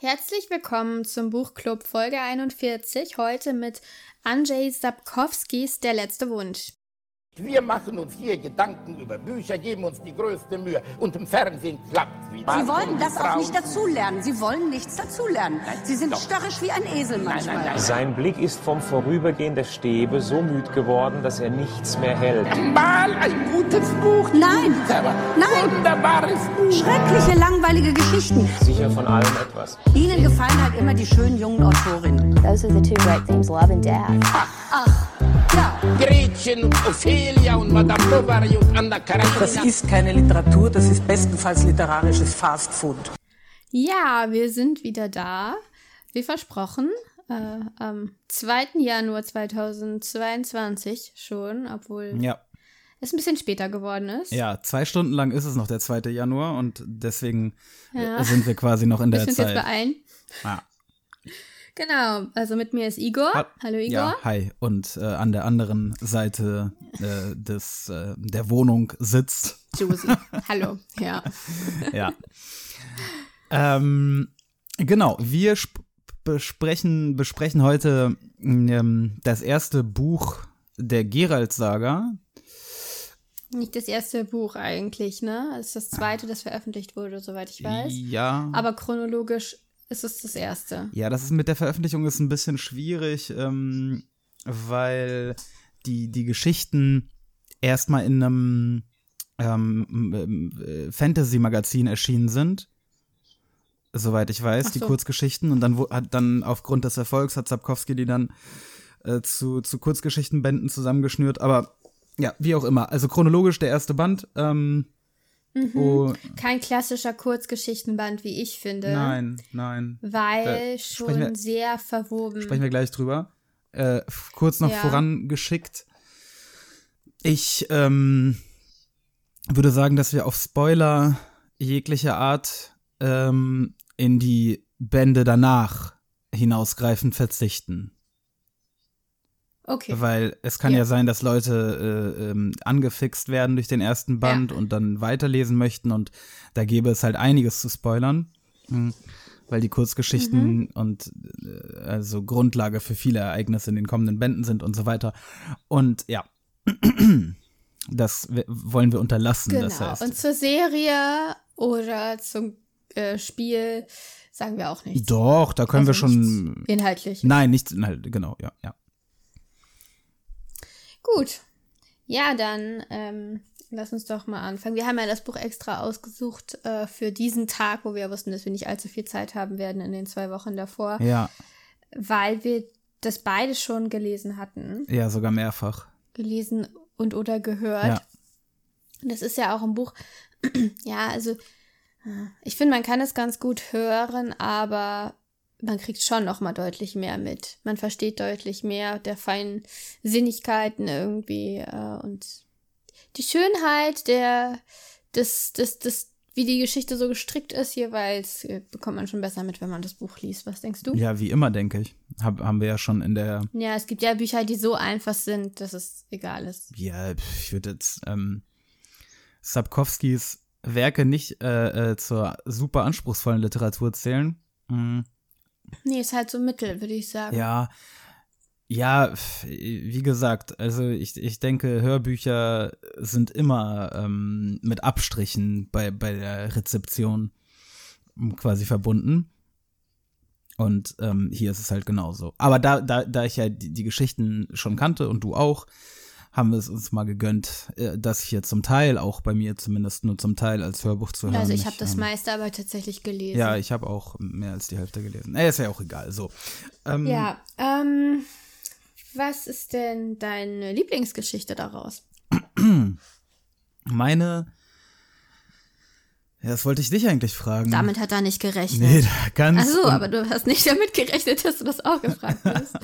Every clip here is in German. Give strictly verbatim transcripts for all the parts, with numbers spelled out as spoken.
Herzlich willkommen zum Buchclub Folge einundvierzig, heute mit Andrzej Sapkowskis Der letzte Wunsch. Wir machen uns hier Gedanken über Bücher, geben uns die größte Mühe und im Fernsehen klappt es wieder. Sie wollen das auch nicht dazulernen. Sie wollen nichts dazulernen. Sie sind störrisch wie ein Esel manchmal. Nein, nein, nein. Sein Blick ist vom Vorübergehen der Stäbe so müd geworden, dass er nichts mehr hält. Mal ein gutes Buch. Nein, nein. Wunderbares Buch. Schreckliche, langweilige Geschichten. Sicher von allem etwas. Ihnen gefallen halt immer die schönen jungen Autorinnen. Those are the two great themes, love and death. Ach, ja. Gretchen und Ophelia und Madame Bovary und Anna Karenina. Das ist keine Literatur, das ist bestenfalls literarisches Fastfood. Ja, wir sind wieder da, wie versprochen, äh, am zweiten Januar zweitausendzweiundzwanzig schon, obwohl ja. es ein bisschen später geworden ist. Ja, zwei Stunden lang ist es noch der zweite Januar und deswegen Ja. sind wir quasi noch in der Müssen wir uns Zeit. jetzt beeilen. Ja. Genau, also mit mir ist Igor. Ha- Hallo Igor. Ja, hi. Und äh, an der anderen Seite äh, des, äh, der Wohnung sitzt. Josie. Hallo, ja. Ja. ähm, genau, wir sp- besprechen, besprechen heute ähm, das erste Buch der Geralt-Saga. Nicht das erste Buch eigentlich, ne? Es ist das zweite, das veröffentlicht wurde, soweit ich weiß. Ja. Aber chronologisch ist es das erste. Ja, das ist mit der Veröffentlichung ist ein bisschen schwierig, ähm, weil die, die Geschichten erstmal in einem ähm, äh, Fantasy-Magazin erschienen sind, soweit ich weiß, Ach die so. Kurzgeschichten. Und dann wo- hat dann aufgrund des Erfolgs hat Sapkowski die dann äh, zu, zu Kurzgeschichtenbänden zusammengeschnürt. Aber ja, wie auch immer. Also chronologisch der erste Band. Ähm, oh, Kein klassischer Kurzgeschichtenband, wie ich finde. nein, nein. Weil Da schon sprechen wir- sehr verwoben. Sprechen wir gleich drüber. Äh, f- kurz noch Ja. vorangeschickt. Ich ähm, würde sagen, dass wir auf Spoiler jeglicher Art ähm, in die Bände danach hinausgreifend verzichten. Okay. Weil es kann Ja. ja, sein, dass Leute äh, ähm, angefixt werden durch den ersten Band Ja. und dann weiterlesen möchten und da gäbe es halt einiges zu spoilern, mhm. weil die Kurzgeschichten Mhm. und äh, also Grundlage für viele Ereignisse in den kommenden Bänden sind und so weiter. Und ja, das w- wollen wir unterlassen. Genau. Das heißt, Und zur Serie oder zum äh, Spiel sagen wir auch nichts. doch, da können Also wir schon. nichts Inhaltlich. Nein, nichts Inhalt, genau, ja, ja. Gut. Ja, dann ähm, lass uns doch mal anfangen. Wir haben ja das Buch extra ausgesucht äh, für diesen Tag, wo wir wussten, dass wir nicht allzu viel Zeit haben werden in den zwei Wochen davor, Ja, weil wir das beide schon gelesen hatten. ja, sogar mehrfach. Gelesen und oder gehört. Ja. Und das ist ja auch ein Buch, ja, also äh, ich finde, man kann es ganz gut hören, aber man kriegt schon noch mal deutlich mehr mit. Man versteht deutlich mehr der feinen Sinnigkeiten irgendwie äh, und die Schönheit der, des, des, des, wie die Geschichte so gestrickt ist jeweils, äh, bekommt man schon besser mit, wenn man das Buch liest. Was denkst du? Ja, wie immer, denke ich. Hab, haben wir ja schon in der. Ja, es gibt ja Bücher, die so einfach sind, dass es egal ist. Ja, pf, ich würde jetzt ähm, Sapkowskis Werke nicht äh, äh, zur super anspruchsvollen Literatur zählen. Mhm. Nee, ist halt so mittel, würde ich sagen. Ja, ja, pf, wie gesagt, also ich, ich denke, Hörbücher sind immer ähm, mit Abstrichen bei, bei der Rezeption ähm, quasi verbunden. Und ähm, hier ist es halt genauso. Aber da, da, da ich ja die, die Geschichten schon kannte und du auch, haben wir es uns mal gegönnt, äh, das hier zum Teil, auch bei mir zumindest nur zum Teil als Hörbuch zu hören. Also ich habe das ähm, meiste aber tatsächlich gelesen. Ja, ich habe auch mehr als die Hälfte gelesen. Äh, ist ja auch egal, so. Ähm, Ja, ähm, was ist denn deine Lieblingsgeschichte daraus? Meine, ja, das wollte ich dich eigentlich fragen. Damit hat er nicht gerechnet. Nee, ganz. Ach so, un- aber du hast nicht damit gerechnet, dass du das auch gefragt wirst.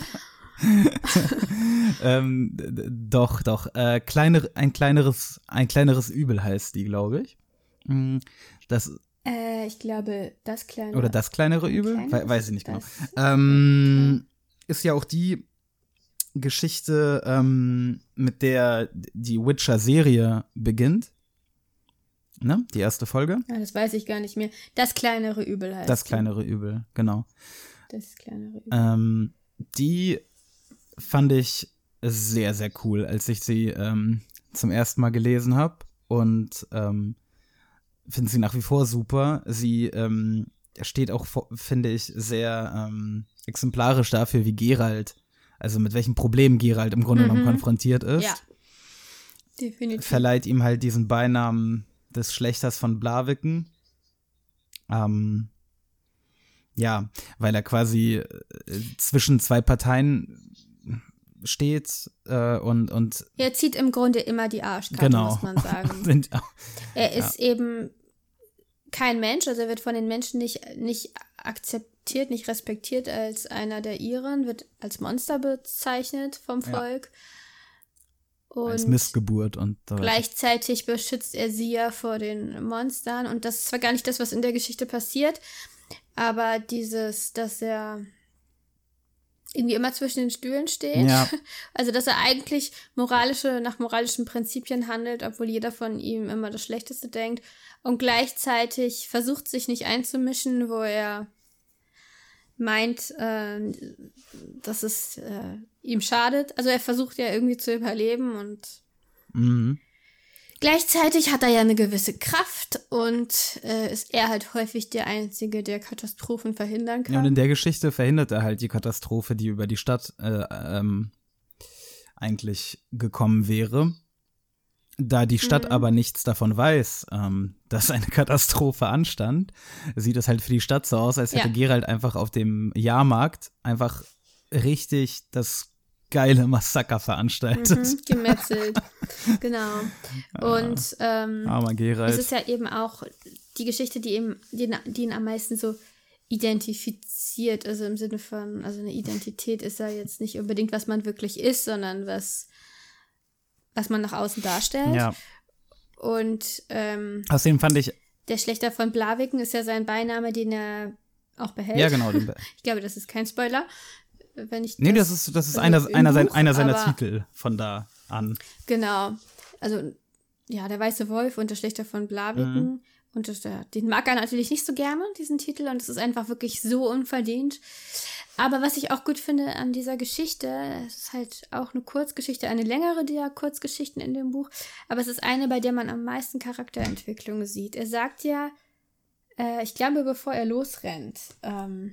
ähm, d- d- doch, doch. Äh, kleiner, ein kleineres, ein kleineres Übel heißt die, glaube ich. Mm, Das, äh, ich glaube, das kleine. oder das kleinere Übel? Kleines? We weiß ich nicht genau. Das- Ähm, ist ja auch die Geschichte, ähm, mit der die Witcher-Serie beginnt. Ne? Die erste Folge. Ja, das weiß ich gar nicht mehr. Das kleinere Übel heißt Das die. kleinere Übel, genau. Das kleinere Übel. Ähm, die fand ich sehr, sehr cool, als ich sie ähm, zum ersten Mal gelesen habe. Und ähm, finde sie nach wie vor super. Sie ähm, steht auch, finde ich, sehr ähm, exemplarisch dafür, wie Geralt, also mit welchen Problemen Geralt im Grunde Mhm. genommen konfrontiert ist. Ja, definitiv. Verleiht ihm halt diesen Beinamen des Schlächters von Blaviken. Ähm, ja, weil er quasi äh, zwischen zwei Parteien steht äh, und, und Er zieht im Grunde immer die Arschkarte, genau. muss man sagen. Sind, Er ist eben kein Mensch, also er wird von den Menschen nicht, nicht akzeptiert, nicht respektiert als einer der Iren, wird als Monster bezeichnet vom Ja. Volk. Und als Missgeburt und so weiter. gleichzeitig beschützt er sie ja vor den Monstern. Und das ist zwar gar nicht das, was in der Geschichte passiert, aber dieses, dass er irgendwie immer zwischen den Stühlen steht. Ja. Also, dass er eigentlich moralische, nach moralischen Prinzipien handelt, obwohl jeder von ihm immer das Schlechteste denkt. Und gleichzeitig versucht, sich nicht einzumischen, wo er meint, äh, dass es äh, ihm schadet. Also er versucht ja irgendwie zu überleben und Mhm. gleichzeitig hat er ja eine gewisse Kraft und äh, ist er halt häufig der Einzige, der Katastrophen verhindern kann. Ja, und in der Geschichte verhindert er halt die Katastrophe, die über die Stadt äh, ähm, eigentlich gekommen wäre. Da die Stadt Mhm. aber nichts davon weiß, ähm, dass eine Katastrophe anstand, sieht es halt für die Stadt so aus, als hätte Ja. Geralt einfach auf dem Jahrmarkt einfach richtig das geile Massaker veranstaltet. Mhm, gemetzelt. Genau. Und ähm, Armer Geralt. es ist ja eben auch die Geschichte, die, eben, die, die ihn am meisten so identifiziert, also im Sinne von, also eine Identität ist ja jetzt nicht unbedingt, was man wirklich ist, sondern was, was man nach außen darstellt. Ja. Und ähm, Außerdem fand ich, der Schlächter von Blaviken ist ja sein Beiname, den er auch behält. ja genau, den, Ich glaube, das ist kein Spoiler. Wenn ich nee, das ist, das ist also einer, im einer, sein, Buch, einer seiner aber- Titel von da an. Genau. Also, ja, der weiße Wolf und der Schlächter von Blaviken. Mhm. Und das, der, den mag er natürlich nicht so gerne, diesen Titel. Und es ist einfach wirklich so unverdient. Aber was ich auch gut finde an dieser Geschichte, es ist halt auch eine Kurzgeschichte, eine längere der Kurzgeschichten in dem Buch. Aber es ist eine, bei der man am meisten Charakterentwicklung sieht. Er sagt ja, äh, ich glaube, bevor er losrennt, ähm,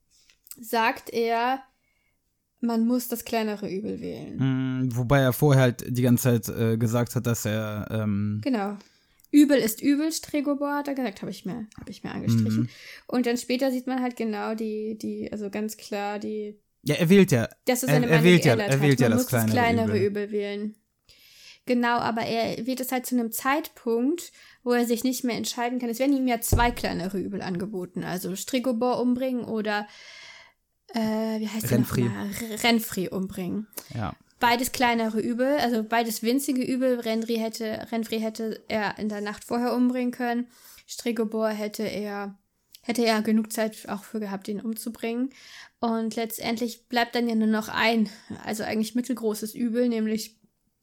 sagt er, man muss das kleinere Übel wählen. Mm, Wobei er vorher halt die ganze Zeit äh, gesagt hat, dass er ähm, Genau. Übel ist übel, Stregobor hat er gesagt, habe ich mir, habe ich mir angestrichen. Mhm. Und dann später sieht man halt genau die, die, also ganz klar die, ja, er wählt ja. das ist Er- eine er Meinung wählt ja- geändert er hat. wählt ja Man das muss das kleinere kleinere Übel. Übel wählen. Genau, aber er wählt es halt zu einem Zeitpunkt, wo er sich nicht mehr entscheiden kann. Es werden ihm ja zwei kleinere Übel angeboten, also Stregobor umbringen oder äh, wie heißt der Renfri. nochmal? Renfri umbringen. Ja. Beides kleinere Übel, also beides winzige Übel. Renfri hätte, Renfri hätte er in der Nacht vorher umbringen können. Stregobor hätte er, hätte er genug Zeit auch für gehabt, ihn umzubringen. Und letztendlich bleibt dann ja nur noch ein, also eigentlich mittelgroßes Übel, nämlich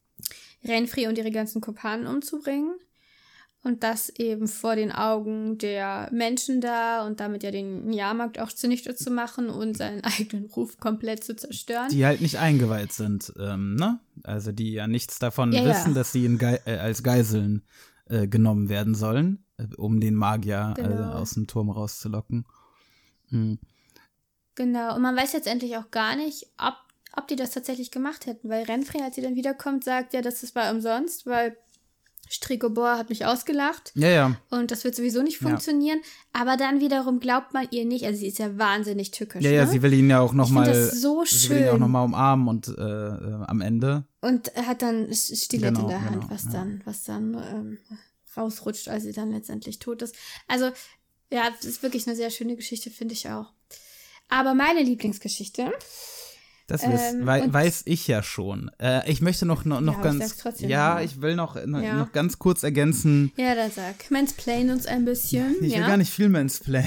Renfri und ihre ganzen Kumpanen umzubringen. Und das eben vor den Augen der Menschen da und damit ja den Jahrmarkt auch zunichte zu machen und seinen eigenen Ruf komplett zu zerstören. Die halt nicht eingeweiht sind, ähm, ne? Also die ja nichts davon Ja, wissen, ja. dass sie in Ge äh, als Geiseln äh, genommen werden sollen, äh, um den Magier äh, Genau. aus dem Turm rauszulocken. Hm. Genau, und man weiß jetzt endlich auch gar nicht, ob, ob die das tatsächlich gemacht hätten, weil Renfri, als sie dann wiederkommt, sagt, ja, das war umsonst, weil Stregobor hat mich ausgelacht Ja, ja. und das wird sowieso nicht Ja. funktionieren, aber dann wiederum glaubt man ihr nicht, also sie ist ja wahnsinnig tückisch, Ja, ja, ne? sie will ihn ja auch Ich nochmal find das so sie will ihn auch schön. noch mal umarmen und äh, äh, am Ende. Und er hat dann Stilett Genau, in der Hand, genau, was ja. dann, was dann ähm, rausrutscht, als sie dann letztendlich tot ist. Also, ja, das ist wirklich eine sehr schöne Geschichte, finde ich auch. Aber meine Lieblingsgeschichte, Das Ähm, wiss, wei und- weiß ich ja schon. Äh, ich möchte noch, noch, noch aber ich ganz. sag's trotzdem Ja, nochmal. ich will noch, noch, Ja. noch ganz kurz ergänzen. ja, da sag, mansplain uns ein bisschen. Ich ja? will gar nicht viel mansplainen.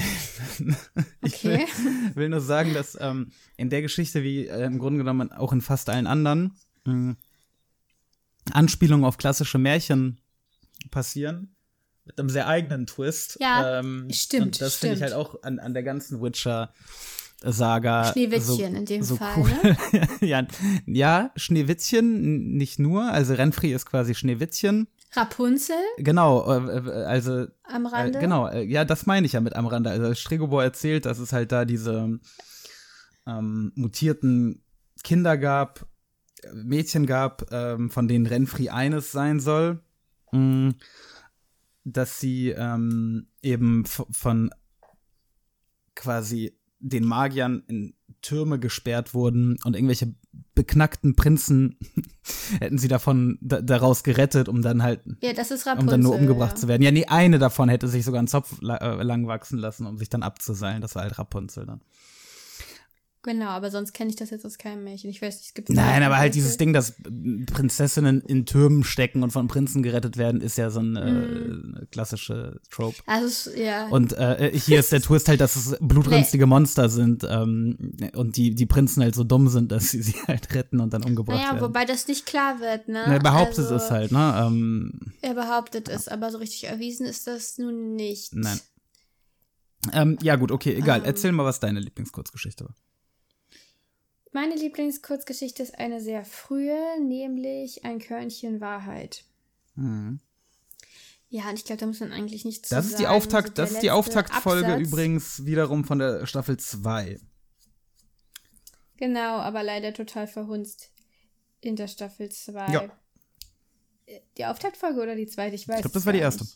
Ich will, Okay. will nur sagen, dass ähm, in der Geschichte, wie äh, im Grunde genommen auch in fast allen anderen, mh, Anspielungen auf klassische Märchen passieren. mit einem sehr eigenen Twist. Ja, ähm, stimmt, Und das finde ich stimmt. halt auch an, an der ganzen Witcher-Saga Schneewittchen so, in dem so Fall, cool. ne? ja, ja, Schneewittchen n- nicht nur. Also Renfri ist quasi Schneewittchen. Rapunzel Genau, äh, also am Rande. Äh, genau, äh, ja, das meine ich ja mit am Rande. Also Stregobor erzählt, dass es halt da diese ähm, mutierten Kinder gab, äh, Mädchen gab, ähm, von denen Renfri eines sein soll, mh, dass sie ähm, eben f- von quasi den Magiern in Türme gesperrt wurden und irgendwelche beknackten Prinzen hätten sie davon da, daraus gerettet, um dann halt Ja, das ist Rapunzel. um dann nur umgebracht ja. zu werden. Ja, nee, eine davon hätte sich sogar einen Zopf la- äh, lang wachsen lassen, um sich dann abzuseilen. Das war halt Rapunzel dann. Genau, aber sonst kenne ich das jetzt aus keinem Märchen. Ich weiß nicht, es gibt Nein, aber halt welche. dieses Ding, dass Prinzessinnen in Türmen stecken und von Prinzen gerettet werden, ist ja so ein Mhm. äh, klassische Trope. Also, es- ja. Und äh, hier ist der Twist halt, dass es blutrünstige Monster sind ähm, und die, die Prinzen halt so dumm sind, dass sie sie halt retten und dann umgebracht naja, werden. wobei das nicht klar wird, ne? Na, er behauptet also, es halt, ne? Ähm, Er behauptet es, aber so richtig erwiesen ist das nun nicht. nein. Ähm, ja gut, okay, egal. Ähm. Erzähl mal, was deine Lieblingskurzgeschichte war. Meine Lieblingskurzgeschichte ist eine sehr frühe, nämlich ein Körnchen Wahrheit. Mhm. Ja, und ich glaube, da muss man eigentlich nichts zu Das sagen. ist die Auftakt, So der das ist die letzte Auftaktfolge Absatz. übrigens wiederum von der Staffel zwei. Genau, aber leider total verhunzt in der Staffel zwei. Ja. Die Auftaktfolge oder die zweite? Ich weiß Ich glaube, das es war die gar erste. nicht.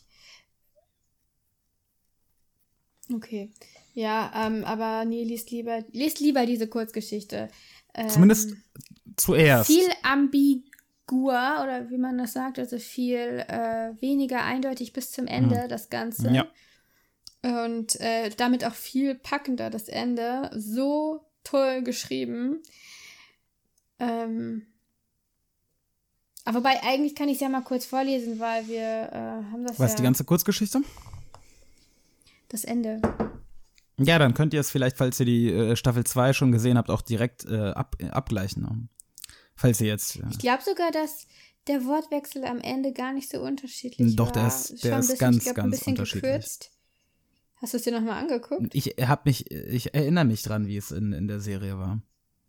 Okay. Ja, ähm, aber nee, liest lieber, liest lieber diese Kurzgeschichte. Ähm, Zumindest zuerst. Viel ambigur, oder wie man das sagt, also viel äh, weniger eindeutig bis zum Ende, das Ganze. Ja. Und äh, damit auch viel packender, das Ende. So toll geschrieben. Ähm, aber wobei, eigentlich kann ich es ja mal kurz vorlesen, weil wir äh, haben das Was, ja, die ganze Kurzgeschichte? das Ende. Ja, dann könnt ihr es vielleicht, falls ihr die äh, Staffel zwei schon gesehen habt, auch direkt äh, ab, äh, abgleichen. Ne? Falls ihr jetzt. Ja. Ich glaube sogar, dass der Wortwechsel am Ende gar nicht so unterschiedlich Doch, war. der ist- der Schon ein ist bisschen, ganz, ich glaub, ein ganz bisschen unterschiedlich. gekürzt. Hast du es dir nochmal angeguckt? Ich hab mich, ich erinnere mich dran, wie es in, in der Serie war.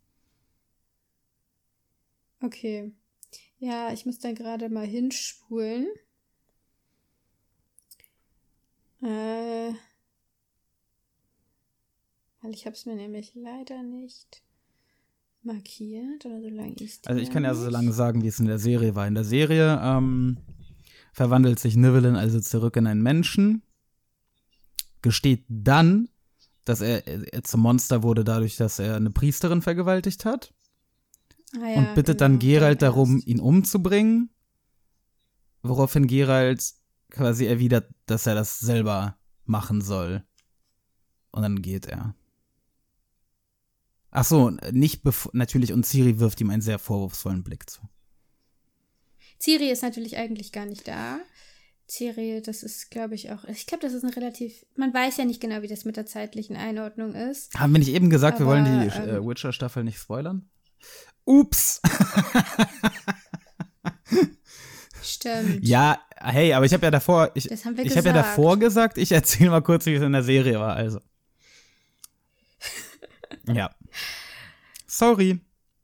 Okay. Ja, ich muss da gerade mal hinspulen. Äh, weil ich habe es mir nämlich leider nicht markiert oder so lange ist. Also ich kann ja so lange sagen, wie es in der Serie war. In der Serie ähm, verwandelt sich Nivellen also zurück in einen Menschen, gesteht dann, dass er, er zum Monster wurde dadurch, dass er eine Priesterin vergewaltigt hat Ah ja, und bittet genau, dann Geralt dann darum, erst. ihn umzubringen, woraufhin Geralt quasi erwidert, dass er das selber machen soll. Und dann geht er. Ach so, nicht bevor, natürlich, und Ciri wirft ihm einen sehr vorwurfsvollen Blick zu. Ciri ist natürlich eigentlich gar nicht da. Ciri, das ist, glaube ich, auch. Ich glaube, das ist ein relativ. Man weiß ja nicht genau, wie das mit der zeitlichen Einordnung ist. Haben wir nicht eben gesagt, wir Aber, wollen die ähm, äh, Witcher-Staffel nicht spoilern? Ups! Stimmt. Ja, hey, aber ich habe ja davor, ich, Das haben wir ich habe ja gesagt. davor gesagt, ich erzähle mal kurz, wie es in der Serie war, also. Ja. Sorry.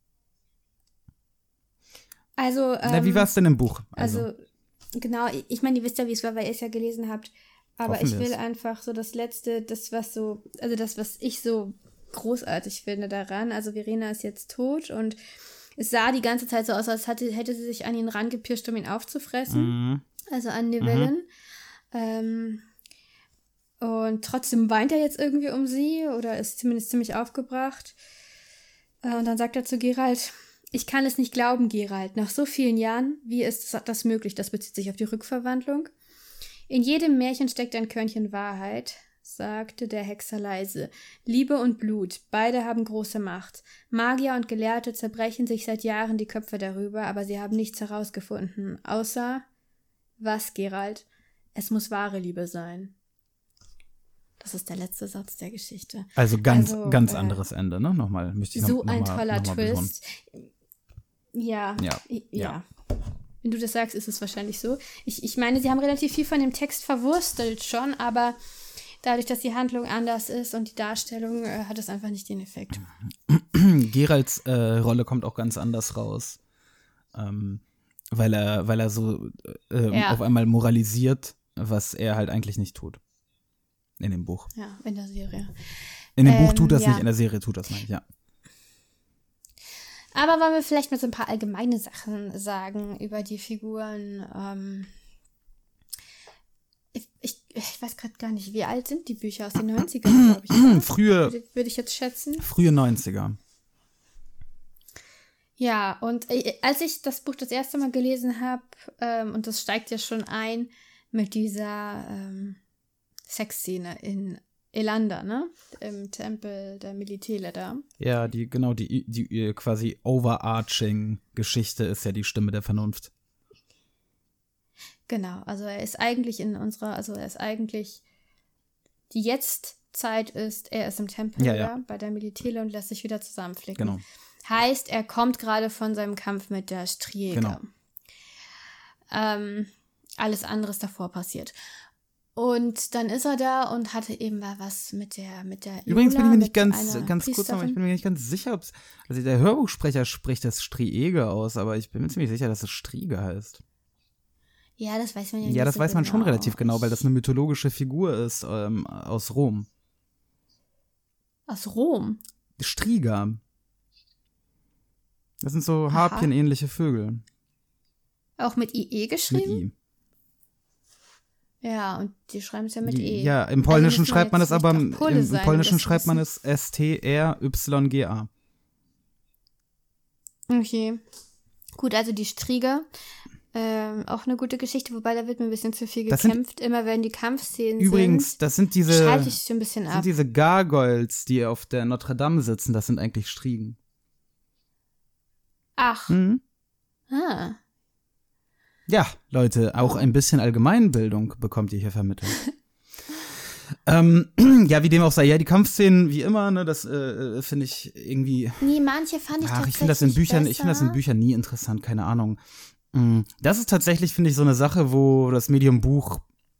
Also. Ähm, Na, wie war es denn im Buch? Also, genau, ich- ich meine, ihr wisst ja, wie es war, weil ihr es ja gelesen habt. Aber Hoffen ich wir will es. einfach so das Letzte, das, was so, also das, was ich so großartig finde daran. Also Verena ist jetzt tot und es sah die ganze Zeit so aus, als hatte, hätte sie sich an ihn rangepirscht, um ihn aufzufressen. Mhm. Also an Nivellen. Ähm, und trotzdem weint er jetzt irgendwie um sie oder ist zumindest ziemlich aufgebracht. Äh, und dann sagt er zu Geralt, ich kann es nicht glauben, Geralt. Nach so vielen Jahren, wie ist das, das möglich? Das bezieht sich auf die Rückverwandlung. In jedem Märchen steckt ein Körnchen Wahrheit, sagte der Hexer leise. Liebe und Blut, beide haben große Macht. Magier und Gelehrte zerbrechen sich seit Jahren die Köpfe darüber, aber sie haben nichts herausgefunden. Außer, was, Geralt? Es muss wahre Liebe sein. Das ist der letzte Satz der Geschichte. Also ganz, Also, ganz äh, anderes Ende, ne? Nochmal, möchte ich noch, So noch ein mal, toller noch mal betonen. Twist. Ja, Ja, ja. ja. wenn du das sagst, ist es wahrscheinlich so. Ich, ich meine, sie haben relativ viel von dem Text verwurstelt schon, aber dadurch, dass die Handlung anders ist und die Darstellung, äh, hat es einfach nicht den Effekt. Geralts äh, Rolle kommt auch ganz anders raus. Ähm, weil er, weil er so äh, Ja. auf einmal moralisiert, was er halt eigentlich nicht tut. In dem Buch. Ja, in der Serie. In dem Ähm, Buch tut das ja. nicht, in der Serie tut das nicht, ja. Aber wollen wir vielleicht mal so ein paar allgemeine Sachen sagen über die Figuren. Ähm, ich, ich, ich weiß gerade gar nicht, wie alt sind die Bücher aus den neunzigern, glaube ich. oder? Frühe, Würde, würde ich jetzt schätzen. frühe neunziger. Ja, und äh, als ich das Buch das erste Mal gelesen habe, ähm, und das steigt ja schon ein mit dieser ähm, Sexszene in Elander, ne? Im Tempel der Militele da. Ja, die, genau, die, die äh, quasi overarching Geschichte ist ja die Stimme der Vernunft. Genau, also er ist eigentlich in unserer, also er ist eigentlich, die Jetztzeit ist, er ist im Tempel Ja, ja. da, bei der Militele und lässt sich wieder zusammenflicken. Genau. Heißt, er kommt gerade von seinem Kampf mit der Striege. Genau. Ähm, alles andere ist davor passiert. Und dann ist er da und hatte eben mal was mit der mit der Übrigens bin ich Iola, mir nicht mit ganz, einer ganz kurz noch, ich Priesterin. bin mir nicht ganz sicher, ob es, also der Hörbuchsprecher spricht das Striege aus, aber ich bin mir ziemlich sicher, dass es Striege heißt. Ja, das weiß man ja Ja, nicht das so weiß man schon genau. relativ genau, weil das eine mythologische Figur ist ähm, aus Rom. Aus Rom. Striga. Das sind so Harpien-ähnliche Vögel. Auch mit I E Mit geschrieben? I. Ja, und die schreiben es ja mit E. Ja, im Polnischen müssen wir schreibt man jetzt es aber, nicht im, doch Pole im sein, um Polnischen das zu schreibt man wissen. es S T R Y G A. Okay. Gut, also die Striege. Ähm, auch eine gute Geschichte, wobei da wird mir ein bisschen zu viel Das sind- gekämpft. Immer wenn die Kampfszenen Übrigens, sind, das sind diese, schalte ich schon ein bisschen das ab. sind diese Gargoyles, die auf der Notre Dame sitzen, das sind eigentlich Striegen. Ach, Mhm. ah. Ja, Leute, auch ein bisschen Allgemeinbildung bekommt ihr hier vermittelt. ähm, ja, wie dem auch sei, ja, die Kampfszenen, wie immer, ne, das äh, finde ich irgendwie. Nee, manche fand ich Ach, tatsächlich ich finde das in Büchern, besser. ich finde das in Büchern nie interessant, keine Ahnung. Mm, Das ist tatsächlich, finde ich, so eine Sache, wo das Medium Buch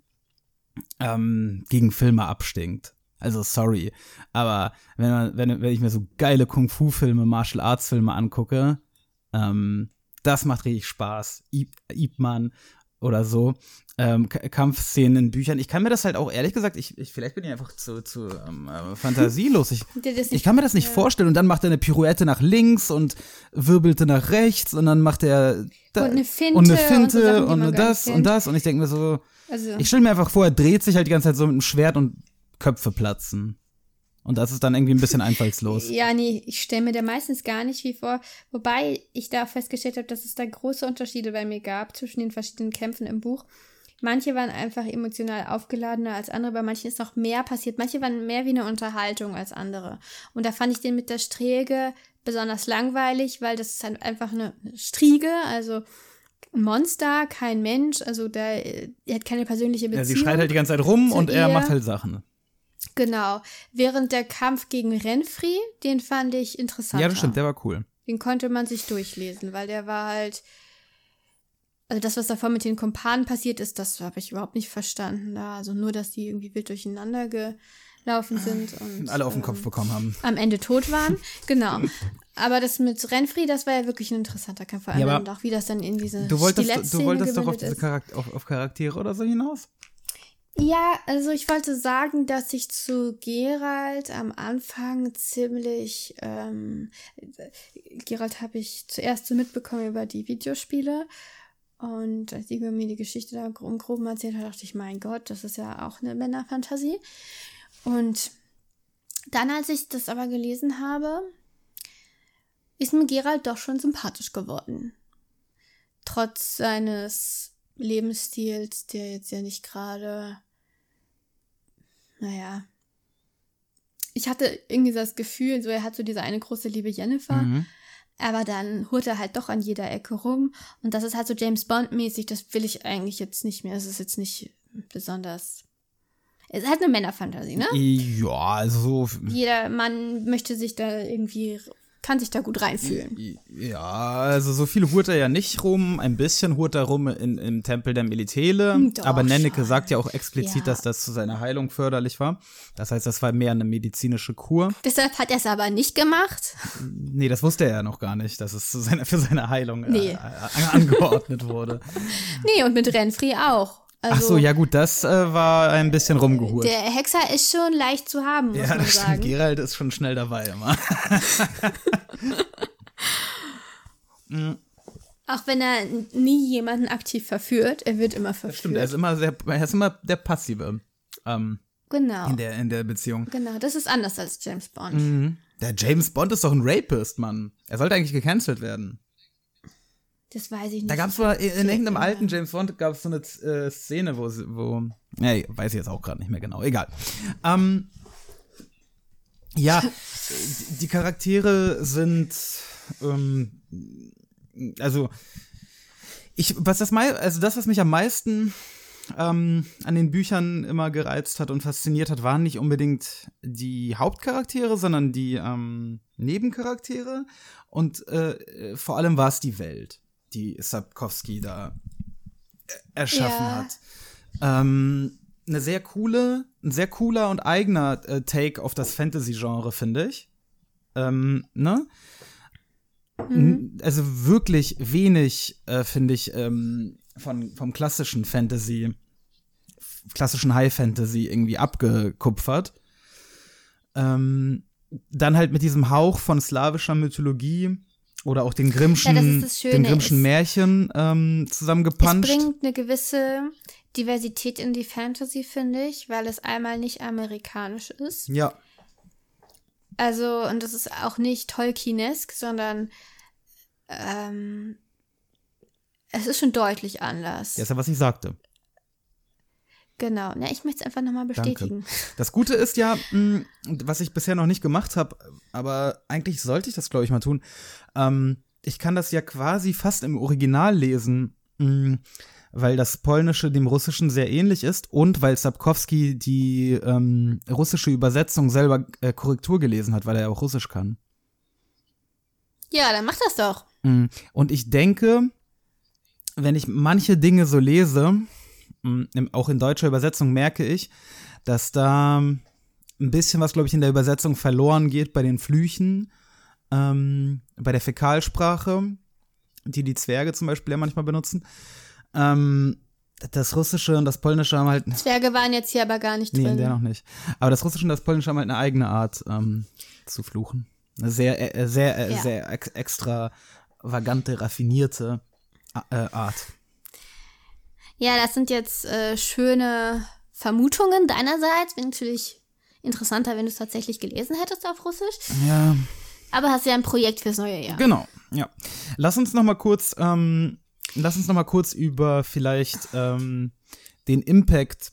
ähm, gegen Filme abstinkt. Also sorry, aber wenn man, wenn, wenn ich mir so geile Kung-Fu-Filme, Martial-Arts-Filme angucke, ähm, das macht richtig Spaß. Ip, Ip Man oder so. Ähm, K- Kampfszenen in Büchern. Ich kann mir das halt auch, ehrlich gesagt, ich, ich vielleicht bin ich einfach zu, zu ähm, äh, fantasielos. Ich, Dir das ich nicht- kann mir das nicht ja. vorstellen. Und dann macht er eine Pirouette nach links und wirbelte nach rechts und dann macht er da, Und eine Finte und eine und so Finte Sachen, die und, man gar das nicht und kennt. das. Und ich denke mir so, Also, ich stelle mir einfach vor, er dreht sich halt die ganze Zeit so mit dem Schwert und Köpfe platzen. Und das ist dann irgendwie ein bisschen einfallslos. ja, nee, ich stelle mir da meistens gar nicht viel vor. Wobei ich da festgestellt habe, dass es da große Unterschiede bei mir gab zwischen den verschiedenen Kämpfen im Buch. Manche waren einfach emotional aufgeladener als andere, bei manchen ist noch mehr passiert. Manche waren mehr wie eine Unterhaltung als andere. Und da fand ich den mit der Striege besonders langweilig, weil das ist halt einfach eine Striege, also ein Monster, kein Mensch, also der, er hat keine persönliche Beziehung. Ja, sie schreit halt die ganze Zeit rum zu und er ihr. macht halt Sachen. Genau. Während der Kampf gegen Renfri, den fand ich interessanter. Ja, das stimmt, der war cool. Den konnte man sich durchlesen, weil der war halt, also das, was davor mit den Kumpanen passiert ist, das habe ich überhaupt nicht verstanden da. Also nur, dass die irgendwie wild durcheinander gelaufen sind und Alle auf den ähm, Kopf bekommen haben. am Ende tot waren. Genau. Aber das mit Renfri, das war ja wirklich ein interessanter Kampf. Vor allem Ja, dann aber auch, wie das dann in diese Du wolltest, Stilettszene du wolltest doch auf, gemündet diese ist. Charakter, auf, auf Charaktere oder so hinaus? Ja, also ich wollte sagen, dass ich zu Geralt am Anfang ziemlich, ähm, Geralt habe ich zuerst so mitbekommen über die Videospiele und als Igor mir die Geschichte da im Groben erzählt hat, dachte ich, mein Gott, das ist ja auch eine Männerfantasie. Und dann, als ich das aber gelesen habe, ist mir Geralt doch schon sympathisch geworden. Trotz seines Lebensstils, der jetzt ja nicht gerade, naja, ich hatte irgendwie so das Gefühl, so er hat so diese eine große Liebe Jennifer, Mhm. aber dann hurt er halt doch an jeder Ecke rum und das ist halt so James Bond-mäßig, das will ich eigentlich jetzt nicht mehr, es ist jetzt nicht besonders, es ist halt eine Männerfantasie, ne? Ja, also so. Jeder Mann möchte sich da irgendwie kann sich da gut reinfühlen. Ja, also so viel hurt er ja nicht rum. Ein bisschen hurt er rum in, im Tempel der Melitele. Doch, aber Nenneke schon. sagt ja auch explizit, Ja. dass das zu seiner Heilung förderlich war. Das heißt, das war mehr eine medizinische Kur. Deshalb hat er es aber nicht gemacht. Nee, das wusste er ja noch gar nicht, dass es zu seiner, für seine Heilung Nee. äh, äh, angeordnet wurde. Nee, und mit Renfri auch. Also, Ach so, ja gut, das äh, war ein bisschen rumgehurt. Der Hexer ist schon leicht zu haben, muss Ja, man das stimmt. sagen. Geralt ist schon schnell dabei immer. Auch wenn er nie jemanden aktiv verführt, er wird immer verführt. Stimmt, er ist immer sehr, er ist immer der Passive ähm, Genau. in der in der Beziehung. Genau, das ist anders als James Bond. Der James Bond ist doch ein Rapist, Mann. Er sollte eigentlich gecancelt werden. Das weiß ich nicht. Da gab es mal in, in irgendeinem Ja. alten James Bond gab es so eine äh, Szene, wo, sie- wo, ja, weiß ich jetzt auch gerade nicht mehr genau. Egal. Ähm, ja, die- die Charaktere sind, ähm, also ich, was das mei- also das, was mich am meisten ähm, an den Büchern immer gereizt hat und fasziniert hat, waren nicht unbedingt die Hauptcharaktere, sondern die ähm, Nebencharaktere und äh, vor allem war es die Welt, die Sapkowski da äh, erschaffen Ja. hat. Ähm, eine sehr coole, ein sehr cooler und eigener äh, Take auf das Fantasy-Genre, finde ich. Ähm, ne? N- Also wirklich wenig, äh, finde ich, ähm, von, vom klassischen Fantasy, f- klassischen High Fantasy irgendwie abgekupfert. Ähm, dann halt mit diesem Hauch von slawischer Mythologie oder auch den Grimmschen, Ja, das ist das Schöne, den Grimmschen es- Märchen ähm, Es zusammengepanscht. bringt eine gewisse Diversität in die Fantasy, finde ich, weil es einmal nicht amerikanisch ist. Ja, Also, und das ist auch nicht Tolkienesk, sondern ähm, es ist schon deutlich anders. das ist ja, was ich sagte. Genau. Na, ich möchte es einfach nochmal bestätigen. Das Gute ist ja, mh, was ich bisher noch nicht gemacht habe, aber eigentlich sollte ich das, glaube ich, mal tun. Ähm, ich kann das ja quasi fast im Original lesen, mh, weil das Polnische dem Russischen sehr ähnlich ist und weil Sapkowski die ähm, russische Übersetzung selber äh, Korrektur gelesen hat, weil er ja auch Russisch kann. Ja, dann mach das doch. Mm, Und ich denke, wenn ich manche Dinge so lese, mm, im- auch in deutscher Übersetzung, merke ich, dass da ein bisschen was, glaube ich, in der Übersetzung verloren geht bei den Flüchen, ähm, bei der Fäkalsprache, die die Zwerge zum Beispiel ja manchmal benutzen. Ähm, das Russische und das Polnische haben halt, Zwerge waren jetzt hier aber gar nicht nee, in drin. der noch nicht, aber das Russische und das Polnische haben halt eine eigene Art ähm, zu fluchen. Eine sehr, äh, sehr, äh, Ja. sehr ex extravagante, raffinierte äh, Art. Ja, das sind jetzt äh, schöne Vermutungen deinerseits. Wäre natürlich interessanter, wenn du es tatsächlich gelesen hättest auf Russisch. Ja, Aber hast ja ein Projekt fürs neue Jahr. genau. Ja. Lass uns noch mal kurz, ähm, lass uns noch mal kurz über vielleicht ähm, den Impact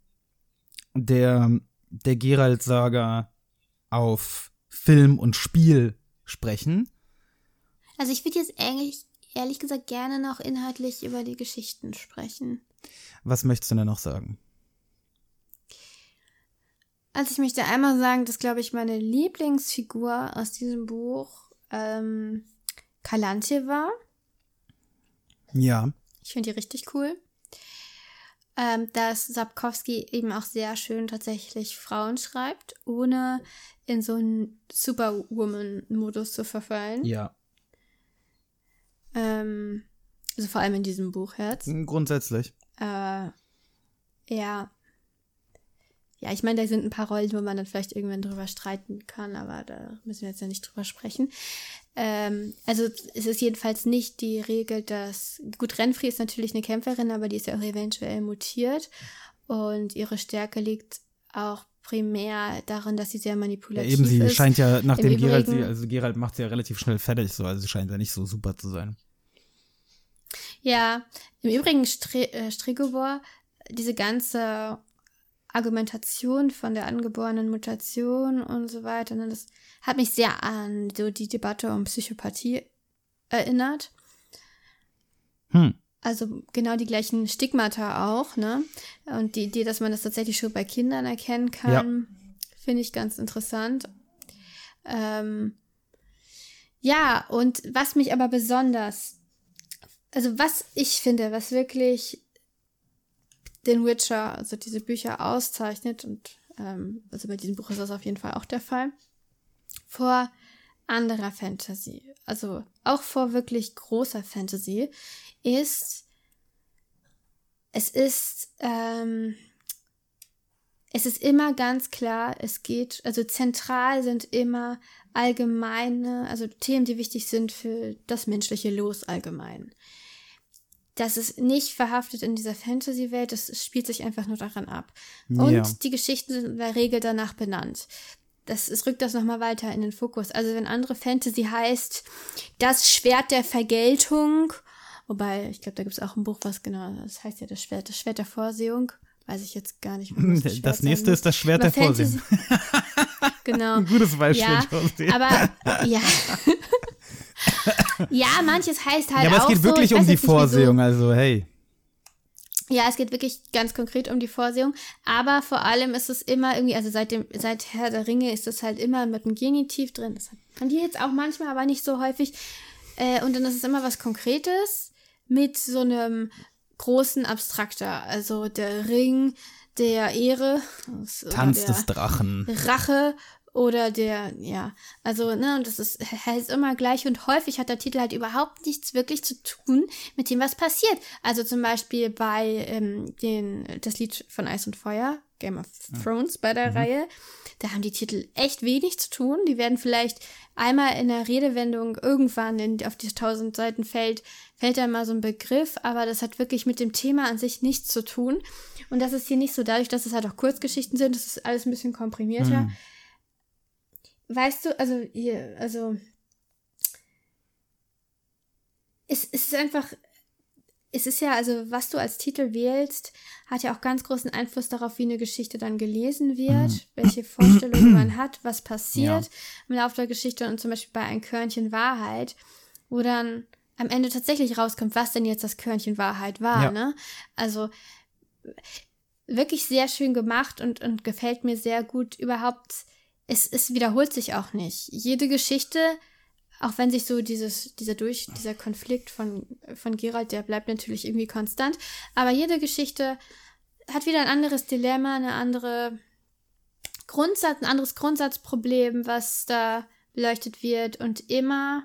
der der Geralt-Saga auf Film und Spiel sprechen. Also ich würde jetzt eigentlich, ehrlich gesagt, gerne noch inhaltlich über die Geschichten sprechen. Was möchtest du denn noch sagen? Also ich möchte einmal sagen, dass, glaube ich, meine Lieblingsfigur aus diesem Buch ähm, Kalantje war. Ja. Ich finde die richtig cool. Ähm, dass Sapkowski eben auch sehr schön tatsächlich Frauen schreibt, ohne in so einen Superwoman-Modus zu verfallen. Ja. Ähm, also vor allem in diesem Buch jetzt. Grundsätzlich. Äh, ja. Ja, ich meine, da sind ein paar Rollen, wo man dann vielleicht irgendwann drüber streiten kann, aber da müssen wir jetzt ja nicht drüber sprechen. Ähm, also es ist jedenfalls nicht die Regel, dass, gut, Renfri ist natürlich eine Kämpferin, aber die ist ja auch eventuell mutiert und ihre Stärke liegt auch primär darin, dass sie sehr Ja, manipulativ eben, sie ist. scheint ja, nachdem Im Geralt sie, Übrigen- also Geralt macht sie ja relativ schnell fertig, so, also sie scheint ja nicht so super zu sein. Ja, im Übrigen Stre äh, Stregobor, diese ganze Argumentation von der angeborenen Mutation und so weiter, ne, das hat mich sehr an so die Debatte um Psychopathie erinnert. Hm. Also genau die gleichen Stigmata auch, ne? Und die Idee, dass man das tatsächlich schon bei Kindern erkennen kann, finde ich ganz interessant. Ähm, Ja, und was mich aber besonders, also was ich finde, was wirklich den Witcher, also diese Bücher auszeichnet, und ähm, also bei diesem Buch ist das auf jeden Fall auch der Fall, vor anderer Fantasy, also auch vor wirklich großer Fantasy, ist, es ist, ähm, es ist immer ganz klar, es geht, also zentral sind immer allgemeine, also Themen, die wichtig sind für das menschliche Los allgemein. Das ist nicht verhaftet in dieser Fantasy-Welt, das spielt sich einfach nur daran ab. Und Ja. die Geschichten sind in der Regel danach benannt. Das, es rückt das nochmal weiter in den Fokus. Also wenn andere Fantasy heißt, das Schwert der Vergeltung, wobei, ich glaube, da gibt es auch ein Buch, was genau, das heißt ja das Schwert, das Schwert der Vorsehung, weiß ich jetzt gar nicht mehr. Das, das nächste ist das Schwert Aber der Vorsehung. Genau. Ein gutes Beispiel, Ja, Josie. aber, ja. Ja, manches heißt halt Ja, aber auch es geht so, wirklich ich um weiß die jetzt nicht, wieso. Vorsehung, also hey. Ja, es geht wirklich ganz konkret um die Vorsehung, aber vor allem ist es immer irgendwie, also seit dem, seit Herr der Ringe ist es halt immer mit einem Genitiv drin. Das haben die jetzt auch manchmal, aber nicht so häufig. Äh, und dann ist es immer was Konkretes mit so einem großen Abstrakter. Also der Ring der Ehre. oder Tanz der des Drachen. Rache oder der, ja, also, ne, und das ist, heißt immer gleich, und häufig hat der Titel halt überhaupt nichts wirklich zu tun mit dem, was passiert. Also zum Beispiel bei ähm, den, das Lied von Eis und Feuer, Game of Thrones bei der Mhm. Reihe, da haben die Titel echt wenig zu tun. Die werden vielleicht einmal in der Redewendung irgendwann in, auf die tausend Seiten fällt, fällt da mal so ein Begriff, aber das hat wirklich mit dem Thema an sich nichts zu tun. Und das ist hier nicht so, dadurch, dass es halt auch Kurzgeschichten sind, das ist alles ein bisschen komprimierter. Mhm. Weißt du, also hier, also es, es ist einfach, es ist ja, also was du als Titel wählst, hat ja auch ganz großen Einfluss darauf, wie eine Geschichte dann gelesen wird, Mhm. welche Vorstellungen man hat, was passiert Ja. im Laufe der Geschichte, und zum Beispiel bei Ein Körnchen Wahrheit, wo dann am Ende tatsächlich rauskommt, was denn jetzt das Körnchen Wahrheit war, Ja. ne? Also wirklich sehr schön gemacht und, und gefällt mir sehr gut überhaupt. Es, es wiederholt sich auch nicht. Jede Geschichte, auch wenn sich so dieses, dieser durch, dieser Konflikt von, von Geralt, der bleibt natürlich irgendwie konstant, aber jede Geschichte hat wieder ein anderes Dilemma, eine andere Grundsatz, ein anderes Grundsatzproblem, was da beleuchtet wird, und immer,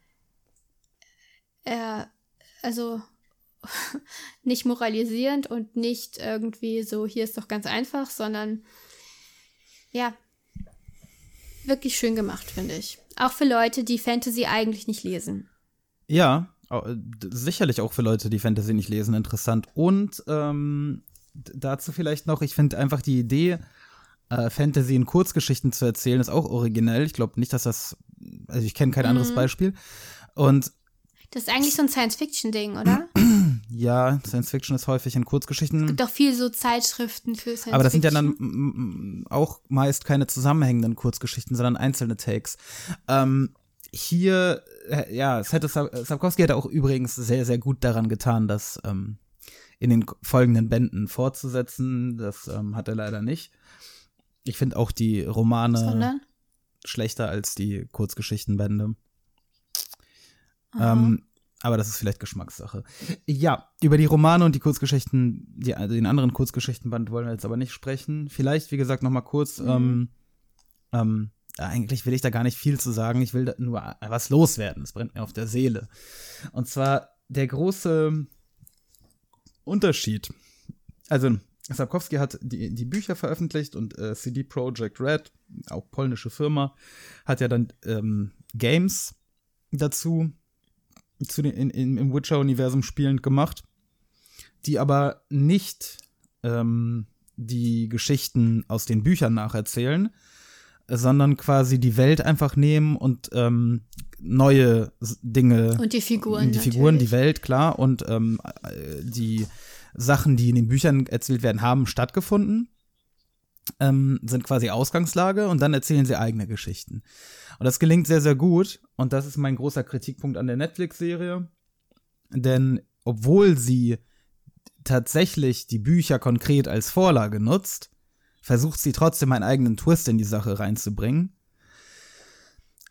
äh, also nicht moralisierend und nicht irgendwie so, hier ist doch ganz einfach, sondern ja, wirklich schön gemacht, finde ich. Auch für Leute, die Fantasy eigentlich nicht lesen. Ja, au- d- sicherlich auch für Leute, die Fantasy nicht lesen, interessant. Und ähm, d- dazu vielleicht noch, ich finde einfach die Idee, äh, Fantasy in Kurzgeschichten zu erzählen, ist auch originell. Ich glaube nicht, dass das, also ich kenne kein anderes Mhm. Beispiel. Und Das ist eigentlich so ein Science-Fiction-Ding, oder? ja, Science Fiction ist häufig in Kurzgeschichten. Es gibt auch viel so Zeitschriften für Science-Fiction. Aber das sind ja dann mm, mm, auch meist keine zusammenhängenden Kurzgeschichten, sondern einzelne Takes. Ähm, hier, äh, ja, es hätte Sa- Sapkowski hätte auch übrigens sehr, sehr gut daran getan, das ähm, in den folgenden Bänden fortzusetzen. Das ähm, hat er leider nicht. Ich finde auch die Romane Sondern? schlechter als die Kurzgeschichtenbände. Aha. Ähm, aber das ist vielleicht Geschmackssache. Ja, über die Romane und die Kurzgeschichten, die, also den anderen Kurzgeschichtenband wollen wir jetzt aber nicht sprechen. Vielleicht, wie gesagt, noch mal kurz, Mhm. ähm, ähm, eigentlich will ich da gar nicht viel zu sagen. Ich will da nur was loswerden. Das brennt mir auf der Seele. Und zwar der große Unterschied. Also, Sapkowski hat die, die Bücher veröffentlicht und äh, C D Projekt Red, auch polnische Firma, hat ja dann ähm, Games dazu zu den, in, in, im Witcher-Universum spielend gemacht, die aber nicht ähm, die Geschichten aus den Büchern nacherzählen, sondern quasi die Welt einfach nehmen und ähm, neue S- Dinge, Und die Figuren die Figuren, natürlich. die Welt, klar, und ähm, äh, die Sachen, die in den Büchern erzählt werden, haben stattgefunden, ähm, sind quasi Ausgangslage, und dann erzählen sie eigene Geschichten. Und das gelingt sehr, sehr gut, und das ist mein großer Kritikpunkt an der Netflix-Serie, denn obwohl sie tatsächlich die Bücher konkret als Vorlage nutzt, versucht sie trotzdem einen eigenen Twist in die Sache reinzubringen,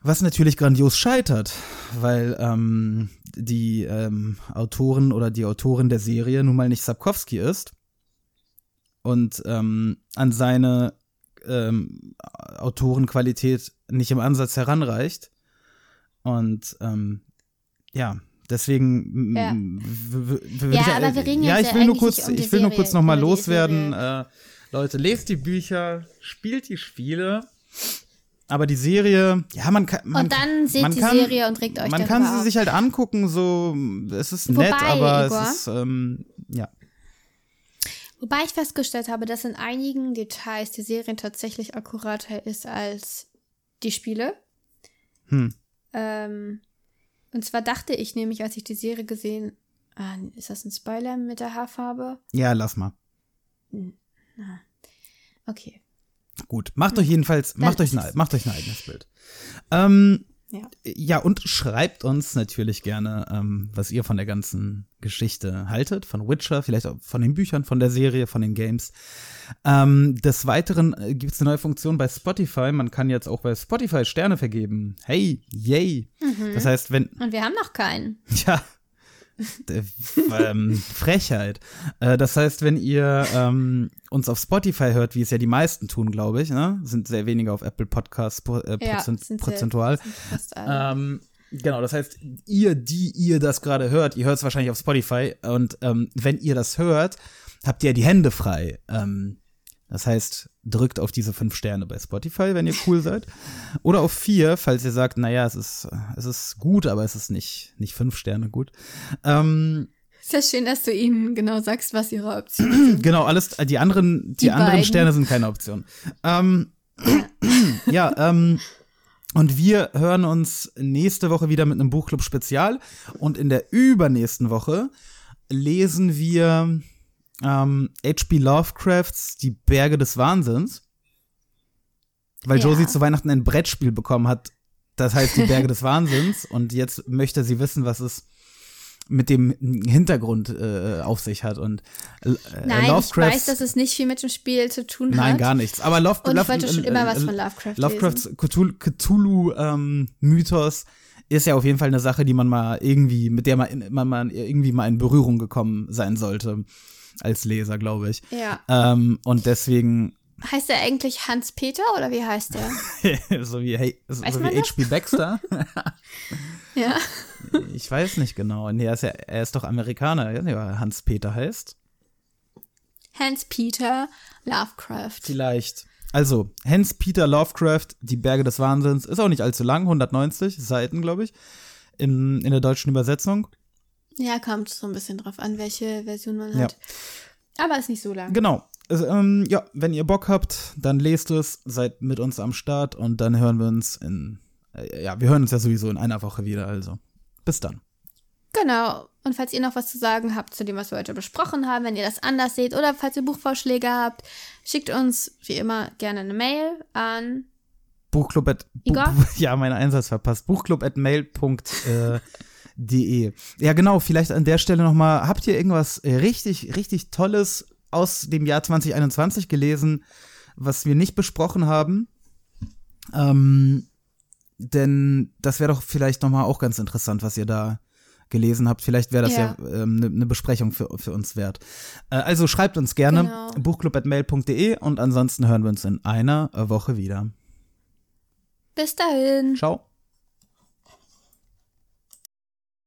Was natürlich grandios scheitert, weil ähm, die ähm, Autorin oder die Autorin der Serie nun mal nicht Sapkowski ist und ähm, an seine ähm, Autorenqualität nicht im Ansatz heranreicht. Und ähm, ja, deswegen Ja, m- w- w- ja ich, aber wir reden ja, jetzt ich ja will nur eigentlich kurz, nicht um die ich will nur Serie, kurz noch mal über die loswerden. Äh, Leute, lest die Bücher, spielt die Spiele. Aber die Serie, ja, man kann. Man, Und dann seht man die kann, Serie und regt euch Man darüber kann sie auf. sich halt angucken, so, es ist Wobei, nett, aber Igor, es ist, ähm, ja. Wobei ich festgestellt habe, dass in einigen Details die Serie tatsächlich akkurater ist als die Spiele. Hm. Ähm, und zwar dachte ich nämlich, als ich die Serie gesehen, ah, ist das ein Spoiler mit der Haarfarbe? Ja, lass mal. Okay. Gut, macht euch jedenfalls, Dann macht euch, ist ein, es- macht euch ein eigenes Bild. Ähm, Ja. ja, und schreibt uns natürlich gerne, ähm, was ihr von der ganzen Geschichte haltet, von Witcher, vielleicht auch von den Büchern, von der Serie, von den Games. Ähm, des Weiteren äh, gibt es eine neue Funktion bei Spotify. Man kann jetzt auch bei Spotify Sterne vergeben. Hey, yay. Das heißt, wenn, Und wir haben noch keinen. ja, d- ähm, Frechheit. Äh, das heißt, wenn ihr ähm, uns auf Spotify hört, wie es ja die meisten tun, glaube ich, ne? Sind sehr wenige auf Apple Podcasts pro, äh, Ja, prozent, sind sie- prozentual. sind fast alle. Ähm, genau, das heißt, ihr, die ihr das gerade hört, ihr hört es wahrscheinlich auf Spotify und ähm, wenn ihr das hört, habt ihr die Hände frei. Ähm, das heißt, drückt auf diese fünf Sterne bei Spotify, wenn ihr cool seid. Oder auf vier, falls ihr sagt, naja, es ist, es ist gut, aber es ist nicht, nicht fünf Sterne gut. Ähm, Ist ja schön, dass du ihnen genau sagst, was ihre Optionen sind. genau, alles, die anderen, die, Die anderen beiden. Sterne sind keine Option. Ähm, ja, ähm, und wir hören uns nächste Woche wieder mit einem Buchclub-Spezial. Und in der übernächsten Woche lesen wir ähm, H P Lovecrafts Die Berge des Wahnsinns. Weil Ja. Josie zu Weihnachten ein Brettspiel bekommen hat, das heißt Die Berge des Wahnsinns. Und jetzt möchte sie wissen, was es mit dem Hintergrund äh, auf sich hat. Und äh, Nein, Lovecrafts, ich weiß, dass es nicht viel mit dem Spiel zu tun hat. Nein, gar nichts. Aber Love, Und ich Love, wollte schon äh, immer was äh, von Lovecraft Lovecrafts Cthul- Cthulhu-Mythos ist ja auf jeden Fall eine Sache, die man mal irgendwie, mit der man, in, man mal irgendwie mal in Berührung gekommen sein sollte als Leser, glaube ich. Ja. Ähm, und deswegen Heißt er eigentlich Hans-Peter oder wie heißt der? so wie, hey, so Weiß wie man das? H P Baxter. Ja. Ich weiß nicht genau. Nee, er ist, ja, er ist doch Amerikaner, ja, der Hans-Peter heißt. Hans-Peter Lovecraft. Vielleicht. Also, Hans-Peter Lovecraft, Die Berge des Wahnsinns, ist auch nicht allzu lang, hundertneunzig Seiten, glaube ich, in, in der deutschen Übersetzung. Ja, kommt so ein bisschen drauf an, welche Version man Ja. hat. Aber ist nicht so lang. Genau. Also, ähm, ja, wenn ihr Bock habt, dann lest es, seid mit uns am Start und dann hören wir uns in, äh, ja, wir hören uns ja sowieso in einer Woche wieder, also bis dann. Genau. Und falls ihr noch was zu sagen habt zu dem, was wir heute besprochen haben, wenn ihr das anders seht oder falls ihr Buchvorschläge habt, schickt uns wie immer gerne eine Mail an Buchclub at, Igor? Bu- ja, mein Einsatz verpasst. Buchclub at mail punkt de. Ja, genau, vielleicht an der Stelle nochmal, habt ihr irgendwas richtig, richtig Tolles aus dem Jahr zwanzig einundzwanzig gelesen, was wir nicht besprochen haben? Ähm, denn das wäre doch vielleicht nochmal auch ganz interessant, was ihr da gelesen habt. Vielleicht wäre das ja eine ähm, ne, ne Besprechung für, für uns wert. Äh, also schreibt uns gerne Genau. buchclub at mail punkt de und ansonsten hören wir uns in einer Woche wieder. Bis dahin. Ciao.